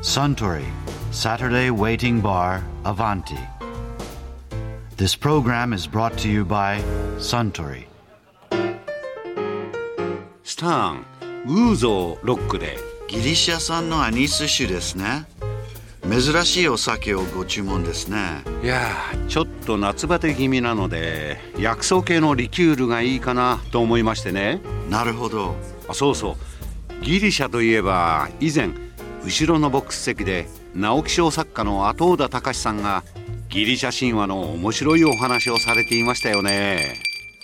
Suntory Saturday Waiting Bar Avanti. This program is brought to you by Suntory. スターンウーゾーロックでギリシャ産のアニス酒ですね。珍しいお酒をご注文ですね。 いやちょっと夏バテ気味なので薬草系のリキュールがいいかなと思いましてね。 なるほど。 そうそう、ギリシャといえば以前後ろのボックス席で直木賞作家の後小田隆さんがギリシャ神話の面白いお話をされていましたよね。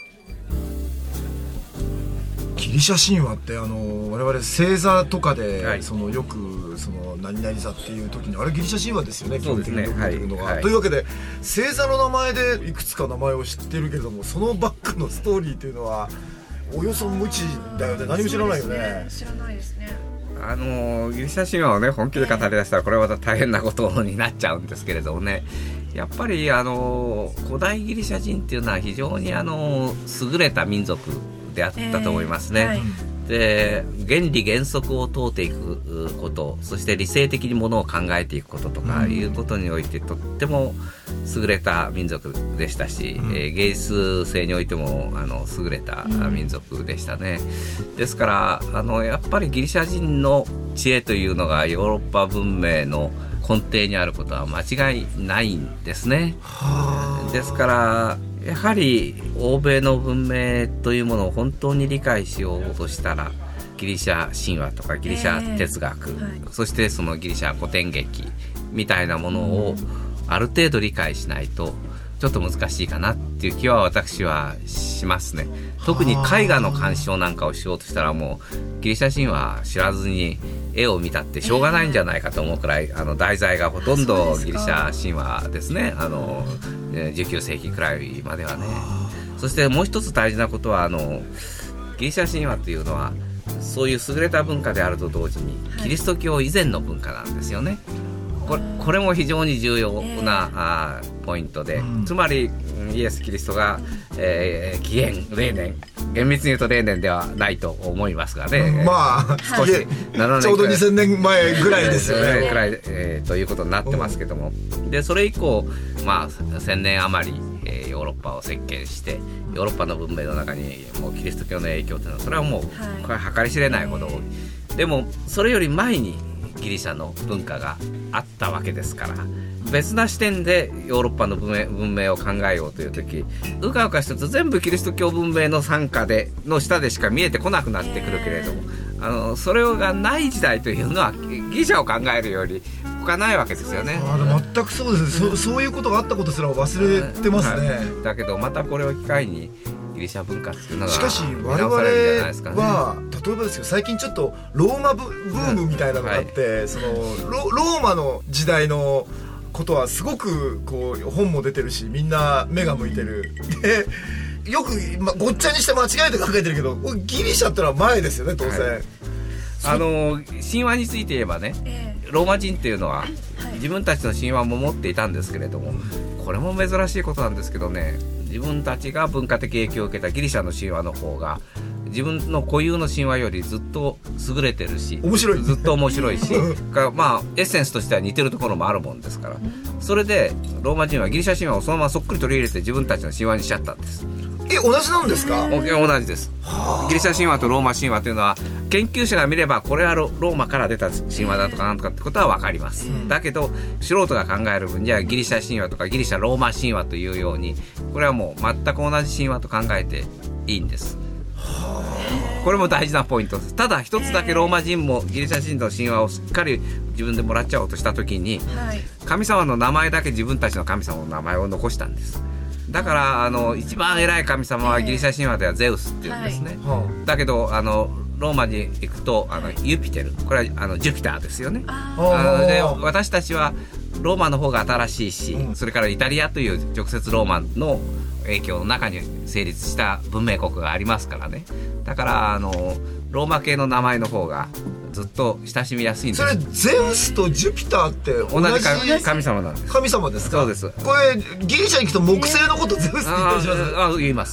ギリシャ神話って我々星座とかで、 はい、 よく何々座っていう時にあれギリシャ神話ですよね。 そうですね、 基本的によく出てくるのが、というわけで星座の名前でいくつか名前を知ってるけれども、そのバックのストーリーっていうのはおよそ無知だよね。何も知らないよね。 知らないですね。 ギリシャ神話をね本気で語り出したらこれはまた大変なことになっちゃうんですけれどもね、やっぱり古代ギリシャ人っていうのは非常に優れた民族であったと思いますね、はい、で原理原則を問うていくこと、そして理性的にものを考えていくこととかいうことにおいてとっても優れた民族でしたし、芸術性においても優れた民族でしたね。ですからやっぱりギリシャ人の知恵というのがヨーロッパ文明の根底にあることは間違いないんですね。ですからやはり欧米の文明というものを本当に理解しようとしたらギリシャ神話とかギリシャ哲学、はい、そしてそのギリシャ古典劇みたいなものをある程度理解しないとちょっと難しいかなっていう気は私はしますね。特に絵画の鑑賞なんかをしようとしたらもうギリシャ神話知らずに絵を見たってしょうがないんじゃないかと思うくらい題材がほとんどギリシャ神話ですね。19世紀くらいまではね。そしてもう一つ大事なことはギリシャ神話というのはそういう優れた文化であると同時にキリスト教以前の文化なんですよね。これも非常に重要な、ポイントで、つまりイエス・キリストが、紀元0年厳密に言うと0年ではないと思いますがね、少し7年ちょうど2000年前ぐらいですよねぐらい、ということになってますけども、でそれ以降、1000年余り、ヨーロッパを席巻してヨーロッパの文明の中にもうキリスト教の影響というのはそれはもう、これは計り知れないほど多い。でもそれより前にギリシャの文化があったわけですから、別な視点でヨーロッパの文明を考えようという時、うかうかしてると全部キリスト教文明の傘下の下でしか見えてこなくなってくるけれども、それがない時代というのはギリシャを考えるより他ないわけですよね。 全くそうですね。そういうことがあったことすら忘れてますね、 だけどまたこれを機会にギリシャ文化っていうのがしかし我々は例えばですよ、最近ちょっとローマブームみたいなのがあって、ローマの時代のことはすごく本も出てるしみんな目が向いてる。でよく、ごっちゃにして間違えて考えてるけどギリシャってのは前ですよね当然、 神話について言えばね、ローマ人っていうのは自分たちの神話も持っていたんですけれども、これも珍しいことなんですけどね、自分たちが文化的影響を受けたギリシャの神話の方が自分の固有の神話よりずっと優れてるし面白いずっと面白いしエッセンスとしては似てるところもあるもんですから、それでローマ人はギリシャ神話をそのままそっくり取り入れて自分たちの神話にしちゃったんです。 同じなんですか？ 同じです。ギリシャ神話とローマ神話というのは研究者が見ればこれはローマから出た神話だとかなんとかってことは分かります、だけど素人が考える分じゃギリシャ神話とかギリシャローマ神話というようにこれはもう全く同じ神話と考えていいんです。これも大事なポイントです。ただ一つだけローマ人もギリシャ人の神話をしっかり自分でもらっちゃおうとした時に、神様の名前だけ自分たちの神様の名前を残したんです。だから一番偉い神様はギリシャ神話ではゼウスっていうんですね、だけどローマに行くとユピテル、これはジュピターですよね。で私たちはローマの方が新しいし、それからイタリアという直接ローマの影響の中に成立した文明国がありますからね。だからローマ系の名前の方がずっと親しみやすいんです。 それゼウスとジュピターって同じ神様なんです。 神様ですか？そうです。これギリシャに行くと木星のことゼウスって言ったりします？ 言います。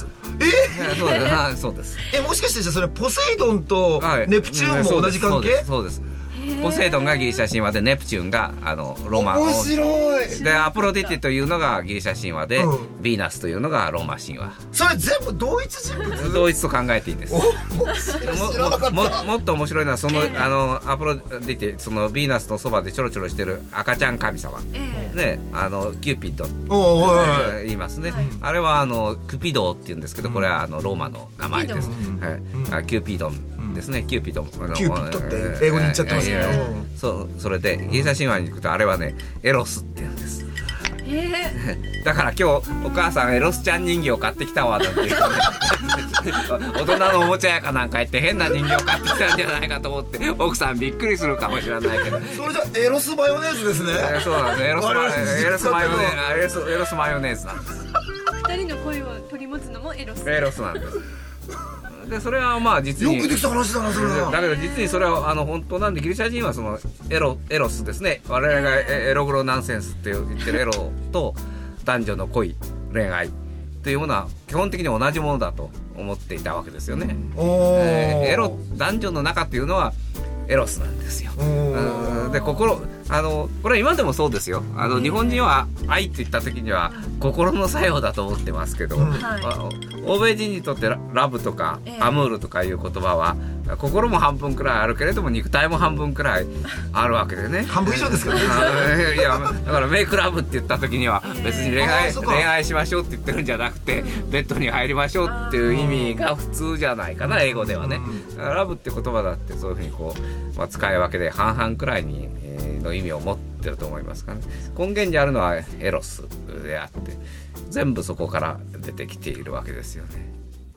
そうです。 もしかしてじゃあそれポセイドンとネプチューンも同じ関係？ そうです。 ポセイドンがギリシャ神話でネプチューンがローマ面白いで、アプロディテというのがギリシャ神話で、ヴィーナスというのがローマ神話。 それ全部同一人物？ 同一と考えていいんです。もっと面白いのはその、アプロディテ、そのヴィーナスのそばでちょろちょろしてる赤ちゃん神様、ね、キューピッドって言いますね。あれはクピドーって言うんですけど、これはローマの名前です。キューピドンですね。キューピドン。 キューピッドって英語に言っちゃってますけど、 それでギリシャ神話に行くとあれはね、エロスって言うんです。だから今日お母さんエロスちゃん人形買ってきたわなんて大人のおもちゃ屋かなんか行って変な人形買ってきたんじゃないかと思って奥さんびっくりするかもしれないけど、 それじゃエロスマヨネーズですね。 そうなんです。エロスマヨネーズなんです。 二人の恋を取り持つのもエロスなんです。でそれはまあ実によくできた話だなそれは。 だけど実にそれは本当なんで、ギリシャ人はそのエロスですね。我々がエログロナンセンスって言ってるエロと男女の恋、恋愛というものは基本的に同じものだと思っていたわけですよね。男女の中っていうのはエロスなんですよ。でこれは今でもそうですよ。日本人は愛って言った時には心の作用だと思ってますけど、欧米人にとってラブとかアムールとかいう言葉は心も半分くらいあるけれども肉体も半分くらいあるわけでね。 半分以上ですからね。 いやだからメイクラブって言った時には別に恋愛しましょうって言ってるんじゃなくてベッドに入りましょうっていう意味が普通じゃないかな、英語ではね。ラブって言葉だってそういうふうに使い分けで半々くらいの意味を持ってると思いますからね。根源にあるのはエロスであって全部そこから出てきているわけですよね。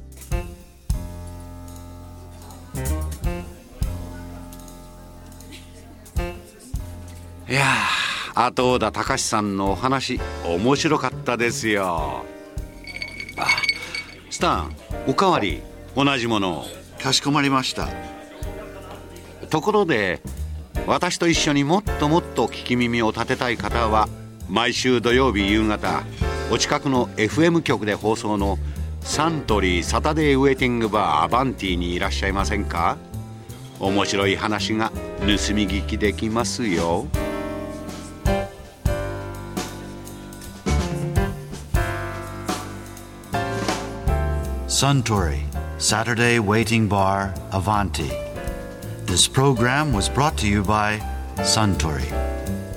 いやー、後田隆さんのお話面白かったですよ。スタン、おかわり同じものを。 かしこまりました。 ところで私と一緒にもっともっと聞き耳を立てたい方は毎週土曜日夕方お近くの FM 局で放送のサントリーサタデーウェイティングバーアバンティにいらっしゃいませんか。面白い話が盗み聞きできますよ。 Suntory Saturday Waiting Bar Avanti. This program was brought to you by Suntory.